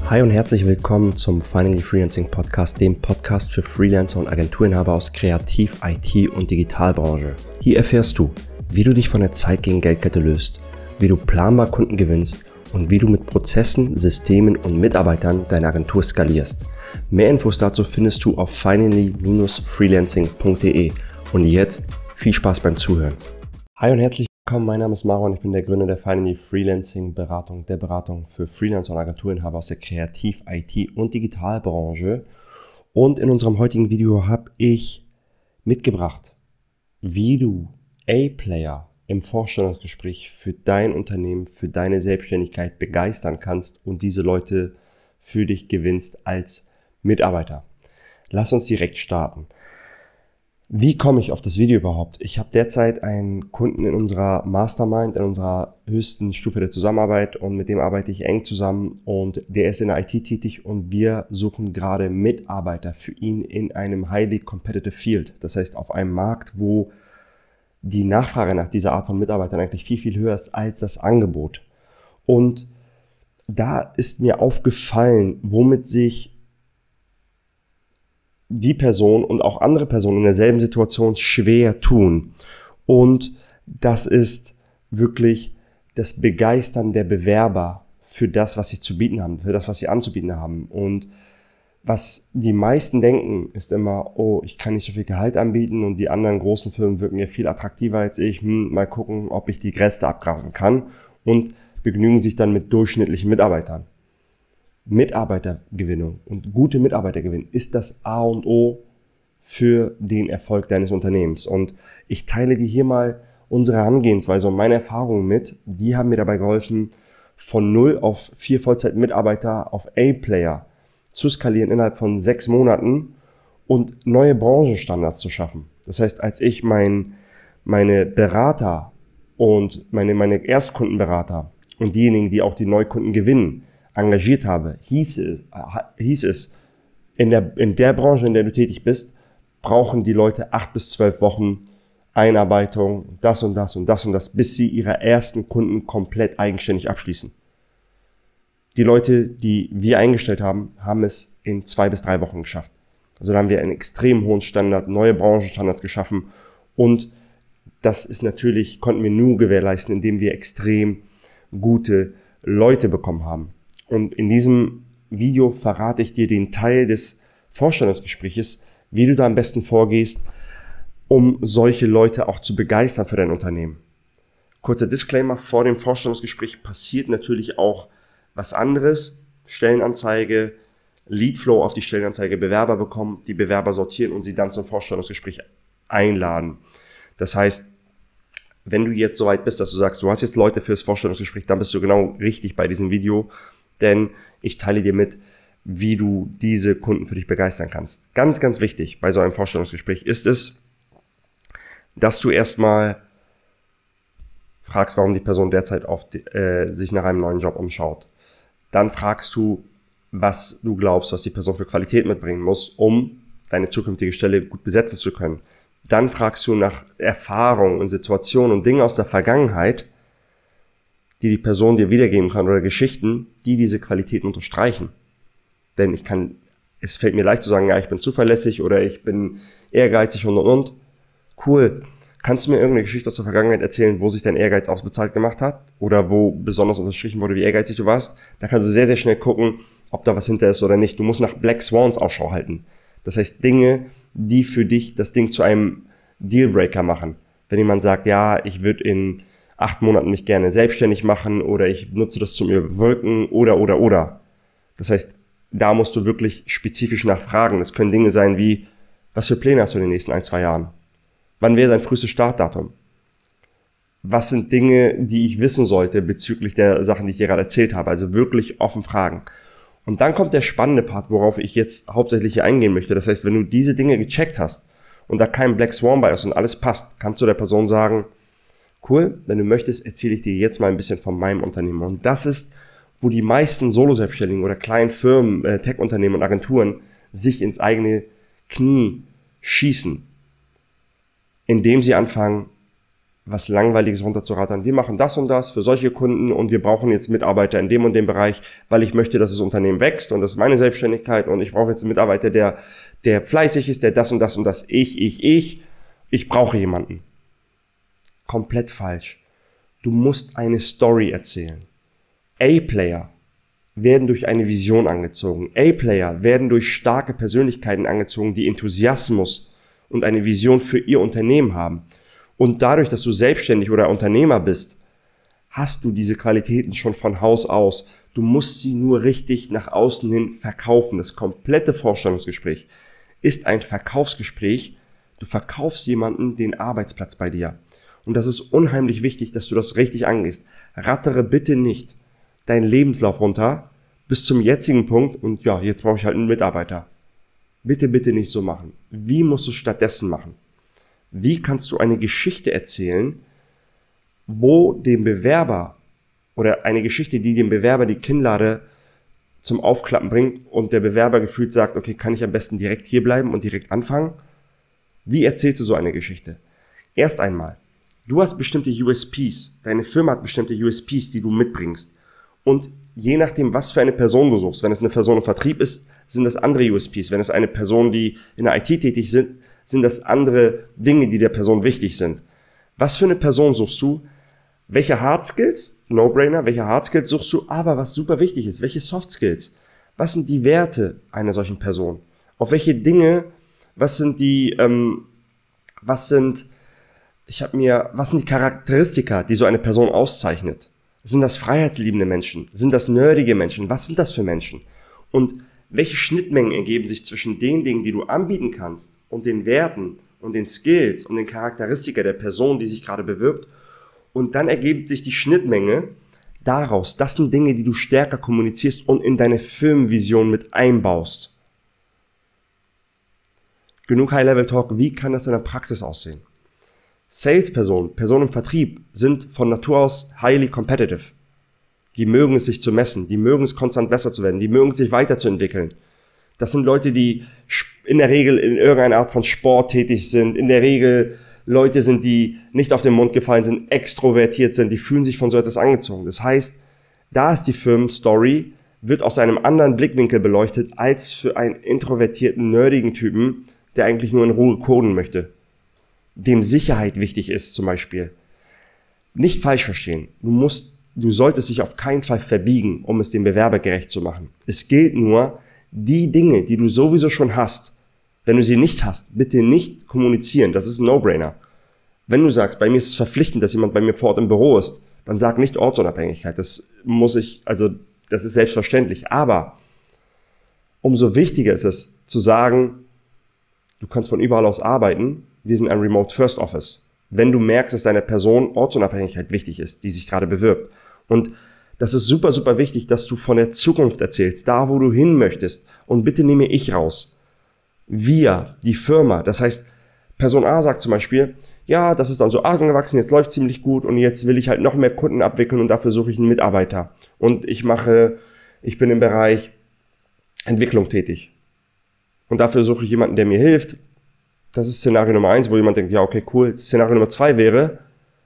Hi und herzlich willkommen zum Finally Freelancing Podcast, dem Podcast für Freelancer und Agenturinhaber aus Kreativ-, IT- und Digitalbranche. Hier erfährst du, wie du dich von der Zeit gegen Geldkette löst, wie du planbar Kunden gewinnst und wie du mit Prozessen, Systemen und Mitarbeitern deine Agentur skalierst. Mehr Infos dazu findest du auf finally-freelancing.de. Und jetzt viel Spaß beim Zuhören. Hi und herzlich willkommen, mein Name ist Maron, ich bin der Gründer der Finally Freelancing Beratung, der Beratung für Freelancer und Agenturinhaber aus der Kreativ-, IT- und Digitalbranche. Und in unserem heutigen Video habe ich mitgebracht, wie du A-Player im Vorstellungsgespräch für dein Unternehmen, für deine Selbstständigkeit begeistern kannst und diese Leute für dich gewinnst als Mitarbeiter. Lass uns direkt starten. Wie komme ich auf das Video überhaupt? Ich habe derzeit einen Kunden in unserer Mastermind, in unserer höchsten Stufe der Zusammenarbeit, und mit dem arbeite ich eng zusammen, und der ist in der IT tätig und wir suchen gerade Mitarbeiter für ihn in einem highly competitive field. Das heißt auf einem Markt, wo die Nachfrage nach dieser Art von Mitarbeitern eigentlich viel, viel höher ist als das Angebot. Und da ist mir aufgefallen, womit sich die Person und auch andere Personen in derselben Situation schwer tun. Und das ist wirklich das Begeistern der Bewerber für das, was sie zu bieten haben, für das, was sie anzubieten haben. Und was die meisten denken, ist immer, oh, ich kann nicht so viel Gehalt anbieten und die anderen großen Firmen wirken ja viel attraktiver als ich. Mal gucken, ob ich die Reste abgrasen kann, und begnügen sich dann mit durchschnittlichen Mitarbeitern. Mitarbeitergewinnung und gute Mitarbeitergewinnung ist das A und O für den Erfolg deines Unternehmens. Und ich teile dir hier mal unsere Herangehensweise und meine Erfahrungen mit. Die haben mir dabei geholfen, von 0 auf 4 Vollzeit-Mitarbeiter auf A-Player zu skalieren innerhalb von 6 Monaten und neue Branchenstandards zu schaffen. Das heißt, als ich meine Berater und meine Erstkundenberater und diejenigen, die auch die Neukunden gewinnen, engagiert habe, hieß es, in der Branche, in der du tätig bist, brauchen die Leute 8 bis 12 Wochen Einarbeitung, das und das und das und das, bis sie ihre ersten Kunden komplett eigenständig abschließen. Die Leute, die wir eingestellt haben, haben es in 2 bis 3 Wochen geschafft. Also da haben wir einen extrem hohen Standard, neue Branchenstandards geschaffen, und das ist natürlich, konnten wir nur gewährleisten, indem wir extrem gute Leute bekommen haben. Und in diesem Video verrate ich dir den Teil des Vorstellungsgespräches, wie du da am besten vorgehst, um solche Leute auch zu begeistern für dein Unternehmen. Kurzer Disclaimer, vor dem Vorstellungsgespräch passiert natürlich auch was anderes. Stellenanzeige, Leadflow auf die Stellenanzeige, Bewerber bekommen, die Bewerber sortieren und sie dann zum Vorstellungsgespräch einladen. Das heißt, wenn du jetzt soweit bist, dass du sagst, du hast jetzt Leute fürs Vorstellungsgespräch, dann bist du genau richtig bei diesem Video. Denn ich teile dir mit, wie du diese Kunden für dich begeistern kannst. Ganz, ganz wichtig bei so einem Vorstellungsgespräch ist es, dass du erstmal fragst, warum die Person derzeit sich nach einem neuen Job umschaut. Dann fragst du, was du glaubst, was die Person für Qualität mitbringen muss, um deine zukünftige Stelle gut besetzen zu können. Dann fragst du nach Erfahrungen und Situationen und Dingen aus der Vergangenheit, die die Person dir wiedergeben kann, oder Geschichten, die diese Qualitäten unterstreichen. Denn es fällt mir leicht zu sagen, ja, ich bin zuverlässig oder ich bin ehrgeizig und. Cool. Kannst du mir irgendeine Geschichte aus der Vergangenheit erzählen, wo sich dein Ehrgeiz ausbezahlt gemacht hat? Oder wo besonders unterstrichen wurde, wie ehrgeizig du warst? Da kannst du sehr, sehr schnell gucken, ob da was hinter ist oder nicht. Du musst nach Black Swans Ausschau halten. Das heißt, Dinge, die für dich das Ding zu einem Dealbreaker machen. Wenn jemand sagt, ja, ich würde in 8 Monaten mich gerne selbstständig machen, oder ich nutze das zum Überbrücken, oder. Das heißt, da musst du wirklich spezifisch nachfragen. Das können Dinge sein wie, was für Pläne hast du in den nächsten 1, 2 Jahren? Wann wäre dein frühestes Startdatum? Was sind Dinge, die ich wissen sollte bezüglich der Sachen, die ich dir gerade erzählt habe? Also wirklich offen fragen. Und dann kommt der spannende Part, worauf ich jetzt hauptsächlich hier eingehen möchte. Das heißt, wenn du diese Dinge gecheckt hast und da kein Black Swan bei ist und alles passt, kannst du der Person sagen, cool, wenn du möchtest, erzähle ich dir jetzt mal ein bisschen von meinem Unternehmen. Und das ist, wo die meisten Solo-Selbstständigen oder kleinen Firmen, Tech-Unternehmen und Agenturen sich ins eigene Knie schießen, indem sie anfangen, was Langweiliges runterzurattern. Wir machen das und das für solche Kunden und wir brauchen jetzt Mitarbeiter in dem und dem Bereich, weil ich möchte, dass das Unternehmen wächst und das ist meine Selbstständigkeit und ich brauche jetzt einen Mitarbeiter, der fleißig ist, der das und das und das. Ich brauche jemanden. Komplett falsch. Du musst eine Story erzählen. A-Player werden durch eine Vision angezogen. A-Player werden durch starke Persönlichkeiten angezogen, die Enthusiasmus und eine Vision für ihr Unternehmen haben. Und dadurch, dass du selbstständig oder Unternehmer bist, hast du diese Qualitäten schon von Haus aus. Du musst sie nur richtig nach außen hin verkaufen. Das komplette Vorstellungsgespräch ist ein Verkaufsgespräch. Du verkaufst jemanden den Arbeitsplatz bei dir. Und das ist unheimlich wichtig, dass du das richtig angehst. Rattere bitte nicht deinen Lebenslauf runter bis zum jetzigen Punkt und ja, jetzt brauche ich halt einen Mitarbeiter. Bitte, bitte nicht so machen. Wie musst du es stattdessen machen? Wie kannst du eine Geschichte erzählen, wo dem Bewerber oder eine Geschichte, die dem Bewerber die Kinnlade zum Aufklappen bringt und der Bewerber gefühlt sagt, okay, kann ich am besten direkt hier bleiben und direkt anfangen? Wie erzählst du so eine Geschichte? Erst einmal, du hast bestimmte USPs, deine Firma hat bestimmte USPs, die du mitbringst. Und je nachdem, was für eine Person du suchst, wenn es eine Person im Vertrieb ist, sind das andere USPs. Wenn es eine Person, die in der IT tätig sind, sind das andere Dinge, die der Person wichtig sind. Was für eine Person suchst du? Welche Hard Skills? No-Brainer. Welche Hard Skills suchst du? Aber was super wichtig ist, welche Soft Skills? Was sind die Werte einer solchen Person? Auf welche Dinge? Was sind die Charakteristika, die so eine Person auszeichnet? Sind das freiheitsliebende Menschen? Sind das nerdige Menschen? Was sind das für Menschen? Und welche Schnittmengen ergeben sich zwischen den Dingen, die du anbieten kannst und den Werten und den Skills und den Charakteristika der Person, die sich gerade bewirbt? Und dann ergibt sich die Schnittmenge daraus. Das sind Dinge, die du stärker kommunizierst und in deine Firmenvision mit einbaust. Genug High-Level-Talk. Wie kann das in der Praxis aussehen? Salespersonen, Personen im Vertrieb sind von Natur aus highly competitive. Die mögen es, sich zu messen, die mögen es, konstant besser zu werden, die mögen es, sich weiterzuentwickeln. Das sind Leute, die in der Regel in irgendeiner Art von Sport tätig sind, in der Regel Leute sind, die nicht auf den Mund gefallen sind, extrovertiert sind, die fühlen sich von so etwas angezogen. Das heißt, da ist die Firmenstory, wird aus einem anderen Blickwinkel beleuchtet, als für einen introvertierten, nerdigen Typen, der eigentlich nur in Ruhe coden möchte. Dem Sicherheit wichtig ist zum Beispiel. Nicht falsch verstehen. Du solltest dich auf keinen Fall verbiegen, um es dem Bewerber gerecht zu machen. Es gilt nur, die Dinge, die du sowieso schon hast, wenn du sie nicht hast, bitte nicht kommunizieren. Das ist ein No-Brainer. Wenn du sagst, bei mir ist es verpflichtend, dass jemand bei mir vor Ort im Büro ist, dann sag nicht Ortsunabhängigkeit. Das ist selbstverständlich. Aber umso wichtiger ist es, zu sagen, du kannst von überall aus arbeiten. Wir sind ein Remote First Office. Wenn du merkst, dass deiner Person Ortsunabhängigkeit wichtig ist, die sich gerade bewirbt. Und das ist super, super wichtig, dass du von der Zukunft erzählst, da wo du hin möchtest. Und bitte nehme ich raus. Wir, die Firma, das heißt, Person A sagt zum Beispiel, ja, das ist dann so angewachsen, jetzt läuft ziemlich gut und jetzt will ich halt noch mehr Kunden abwickeln und dafür suche ich einen Mitarbeiter. Und ich bin im Bereich Entwicklung tätig. Und dafür suche ich jemanden, der mir hilft. Das ist Szenario Nummer 1, wo jemand denkt, ja, okay, cool. Szenario Nummer 2 wäre,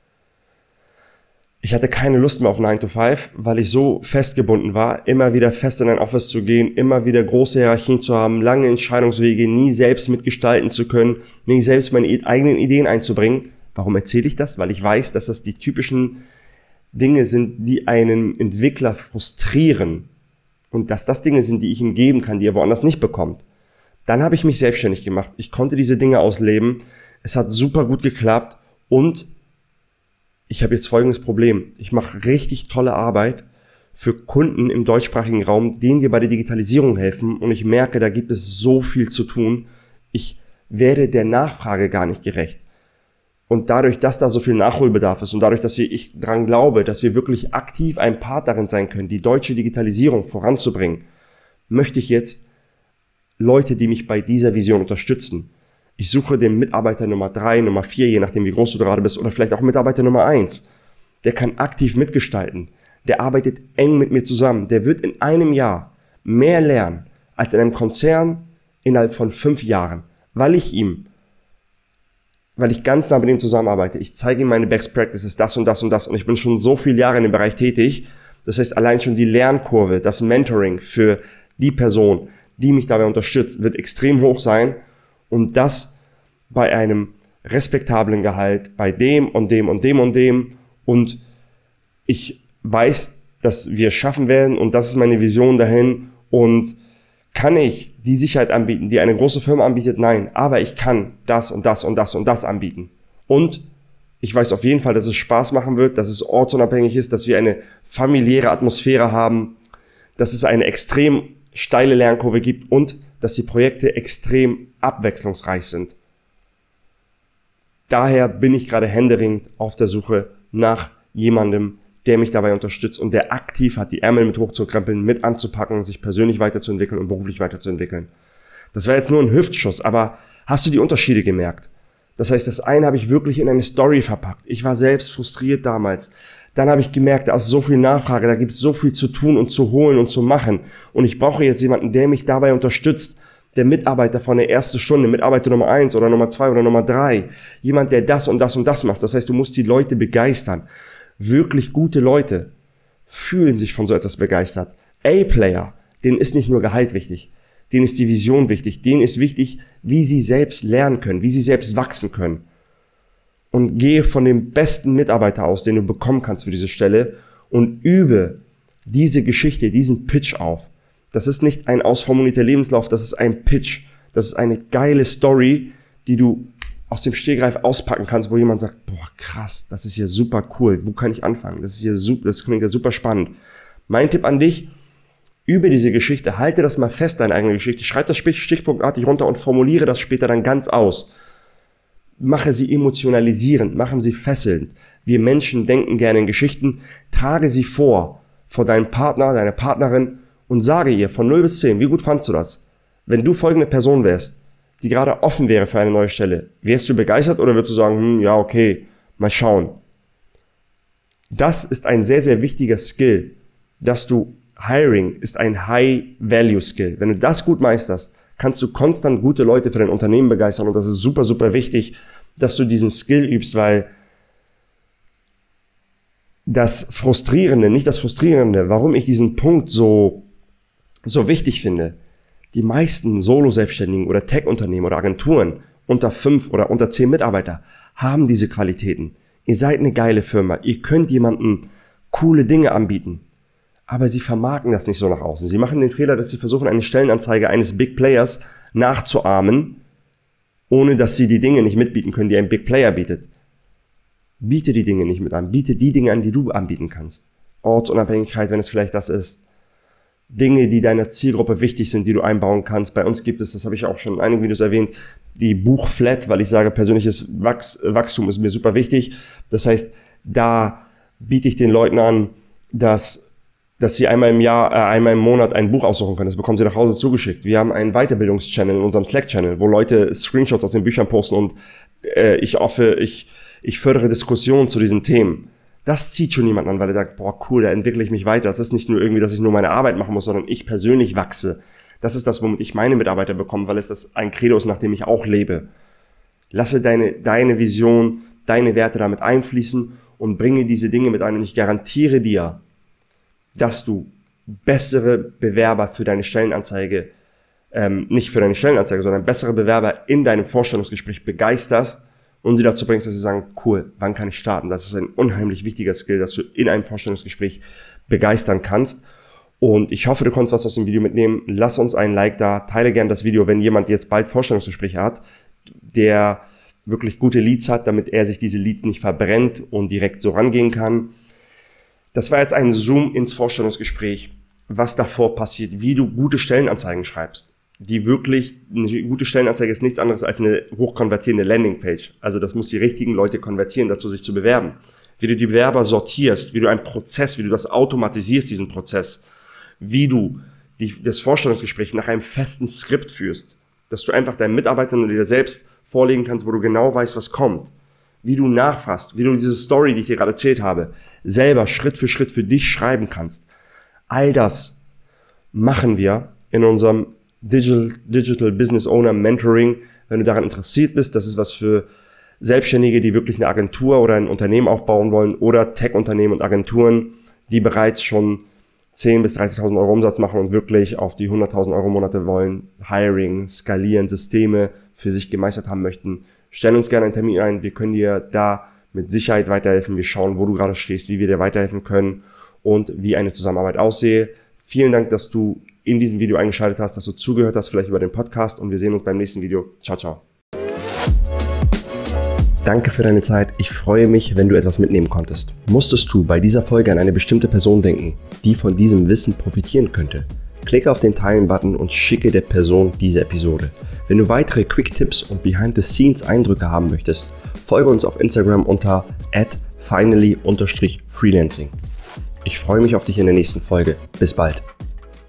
ich hatte keine Lust mehr auf 9 to 5, weil ich so festgebunden war, immer wieder fest in ein Office zu gehen, immer wieder große Hierarchien zu haben, lange Entscheidungswege, nie selbst mitgestalten zu können, nie selbst meine eigenen Ideen einzubringen. Warum erzähle ich das? Weil ich weiß, dass das die typischen Dinge sind, die einen Entwickler frustrieren und dass das Dinge sind, die ich ihm geben kann, die er woanders nicht bekommt. Dann habe ich mich selbstständig gemacht. Ich konnte diese Dinge ausleben. Es hat super gut geklappt und ich habe jetzt folgendes Problem. Ich mache richtig tolle Arbeit für Kunden im deutschsprachigen Raum, denen wir bei der Digitalisierung helfen und ich merke, da gibt es so viel zu tun. Ich werde der Nachfrage gar nicht gerecht. Und dadurch, dass da so viel Nachholbedarf ist und dadurch, dass ich dran glaube, dass wir wirklich aktiv ein Part darin sein können, die deutsche Digitalisierung voranzubringen, möchte ich jetzt Leute, die mich bei dieser Vision unterstützen. Ich suche den Mitarbeiter Nummer 3, Nummer 4, je nachdem wie groß du gerade bist, oder vielleicht auch Mitarbeiter Nummer 1. Der kann aktiv mitgestalten. Der arbeitet eng mit mir zusammen. Der wird in einem Jahr mehr lernen als in einem Konzern innerhalb von 5 Jahren, weil ich ihm weil ich ganz nah mit ihm zusammenarbeite. Ich zeige ihm meine Best Practices, das und das und das. Und ich bin schon so viele Jahre in dem Bereich tätig. Das heißt, allein schon die Lernkurve, das Mentoring für die Person, die mich dabei unterstützt, wird extrem hoch sein. Und das bei einem respektablen Gehalt, bei dem und dem und dem und dem. Und ich weiß, dass wir es schaffen werden und das ist meine Vision dahin. Und kann ich die Sicherheit anbieten, die eine große Firma anbietet? Nein, aber ich kann das und das und das und das anbieten. Und ich weiß auf jeden Fall, dass es Spaß machen wird, dass es ortsunabhängig ist, dass wir eine familiäre Atmosphäre haben, dass es eine extrem steile Lernkurve gibt und dass die Projekte extrem abwechslungsreich sind. Daher bin ich gerade händeringend auf der Suche nach jemandem, der mich dabei unterstützt und der aktiv hat, die Ärmel mit hochzukrempeln, mit anzupacken, sich persönlich weiterzuentwickeln und beruflich weiterzuentwickeln. Das war jetzt nur ein Hüftschuss, aber hast du die Unterschiede gemerkt? Das heißt, das eine habe ich wirklich in eine Story verpackt. Ich war selbst frustriert damals. Dann habe ich gemerkt, da ist so viel Nachfrage, da gibt es so viel zu tun und zu holen und zu machen. Und ich brauche jetzt jemanden, der mich dabei unterstützt. Der Mitarbeiter von der ersten Stunde, Mitarbeiter Nummer 1 oder Nummer 2 oder Nummer 3. Jemand, der das und das und das macht. Das heißt, du musst die Leute begeistern. Wirklich gute Leute fühlen sich von so etwas begeistert. A-Player, denen ist nicht nur Gehalt wichtig, denen ist die Vision wichtig, denen ist wichtig, wie sie selbst lernen können, wie sie selbst wachsen können. Und gehe von dem besten Mitarbeiter aus, den du bekommen kannst für diese Stelle und übe diese Geschichte, diesen Pitch auf. Das ist nicht ein ausformulierter Lebenslauf, das ist ein Pitch. Das ist eine geile Story, die du aus dem Stegreif auspacken kannst, wo jemand sagt, boah, krass, das ist hier super cool, wo kann ich anfangen? Das klingt ja super spannend. Mein Tipp an dich, übe diese Geschichte, halte das mal fest, deine eigene Geschichte, schreib das stichpunktartig runter und formuliere das später dann ganz aus. Mache sie emotionalisierend, machen sie fesselnd. Wir Menschen denken gerne in Geschichten, trage sie vor deinem Partner, deiner Partnerin und sage ihr von 0 bis 10, wie gut fandst du das? Wenn du folgende Person wärst, die gerade offen wäre für eine neue Stelle, wärst du begeistert oder würdest du sagen, ja, okay, mal schauen. Das ist ein sehr, sehr wichtiger Skill, Hiring ist ein High-Value-Skill. Wenn du das gut meisterst, kannst du konstant gute Leute für dein Unternehmen begeistern und das ist super, super wichtig, dass du diesen Skill übst, weil warum ich diesen Punkt so wichtig finde, die meisten Solo-Selbstständigen oder Tech-Unternehmen oder Agenturen unter 5 oder unter 10 Mitarbeiter haben diese Qualitäten. Ihr seid eine geile Firma, ihr könnt jemandem coole Dinge anbieten, aber sie vermarkten das nicht so nach außen. Sie machen den Fehler, dass sie versuchen, eine Stellenanzeige eines Big Players nachzuahmen, ohne dass sie die Dinge nicht mitbieten können, die ein Big Player bietet. Biete die Dinge nicht mit an, biete die Dinge an, die du anbieten kannst. Ortsunabhängigkeit, wenn es vielleicht das ist. Dinge, die deiner Zielgruppe wichtig sind, die du einbauen kannst. Bei uns gibt es, das habe ich auch schon in einigen Videos erwähnt, die Buchflat, weil ich sage, persönliches Wachstum ist mir super wichtig. Das heißt, da biete ich den Leuten an, dass sie einmal im Monat ein Buch aussuchen können. Das bekommen sie nach Hause zugeschickt. Wir haben einen Weiterbildungschannel in unserem Slack-Channel, wo Leute Screenshots aus den Büchern posten und ich fördere Diskussionen zu diesen Themen. Das zieht schon jemanden an, weil er sagt, boah, cool, da entwickle ich mich weiter. Das ist nicht nur irgendwie, dass ich nur meine Arbeit machen muss, sondern ich persönlich wachse. Das ist das, womit ich meine Mitarbeiter bekomme, weil es das ein Credo ist, nach dem ich auch lebe. Lasse deine Vision, deine Werte damit einfließen und bringe diese Dinge mit ein. Und ich garantiere dir, dass du bessere Bewerber für deine Stellenanzeige, nicht für deine Stellenanzeige, sondern bessere Bewerber in deinem Vorstellungsgespräch begeisterst, und sie dazu bringst, dass sie sagen, cool, wann kann ich starten? Das ist ein unheimlich wichtiger Skill, dass du in einem Vorstellungsgespräch begeistern kannst. Und ich hoffe, du konntest was aus dem Video mitnehmen. Lass uns einen Like da, teile gerne das Video, wenn jemand jetzt bald Vorstellungsgespräche hat, der wirklich gute Leads hat, damit er sich diese Leads nicht verbrennt und direkt so rangehen kann. Das war jetzt ein Zoom ins Vorstellungsgespräch, was davor passiert, wie du gute Stellenanzeigen schreibst. Eine gute Stellenanzeige ist nichts anderes als eine hochkonvertierende Landingpage. Also das muss die richtigen Leute konvertieren, dazu sich zu bewerben. Wie du die Bewerber sortierst, wie du das automatisierst, diesen Prozess. Wie du das Vorstellungsgespräch nach einem festen Skript führst. Dass du einfach deinen Mitarbeitern und dir selbst vorlegen kannst, wo du genau weißt, was kommt. Wie du nachfasst, wie du diese Story, die ich dir gerade erzählt habe, selber Schritt für Schritt für dich schreiben kannst. All das machen wir in unserem Digital Business Owner Mentoring. Wenn du daran interessiert bist, das ist was für Selbstständige, die wirklich eine Agentur oder ein Unternehmen aufbauen wollen oder Tech-Unternehmen und Agenturen, die bereits schon 10.000 bis 30.000 Euro Umsatz machen und wirklich auf die 100.000 Euro Monate wollen, Hiring, skalieren, Systeme für sich gemeistert haben möchten. Stell uns gerne einen Termin ein, wir können dir da mit Sicherheit weiterhelfen. Wir schauen, wo du gerade stehst, wie wir dir weiterhelfen können und wie eine Zusammenarbeit aussehe. Vielen Dank, dass du in diesem Video eingeschaltet hast, dass du zugehört hast, vielleicht über den Podcast, und wir sehen uns beim nächsten Video. Ciao, ciao. Danke für deine Zeit. Ich freue mich, wenn du etwas mitnehmen konntest. Musstest du bei dieser Folge an eine bestimmte Person denken, die von diesem Wissen profitieren könnte? Klicke auf den Teilen-Button und schicke der Person diese Episode. Wenn du weitere Quick-Tipps und Behind-the-Scenes-Eindrücke haben möchtest, folge uns auf Instagram unter @finally_freelancing. Ich freue mich auf dich in der nächsten Folge. Bis bald.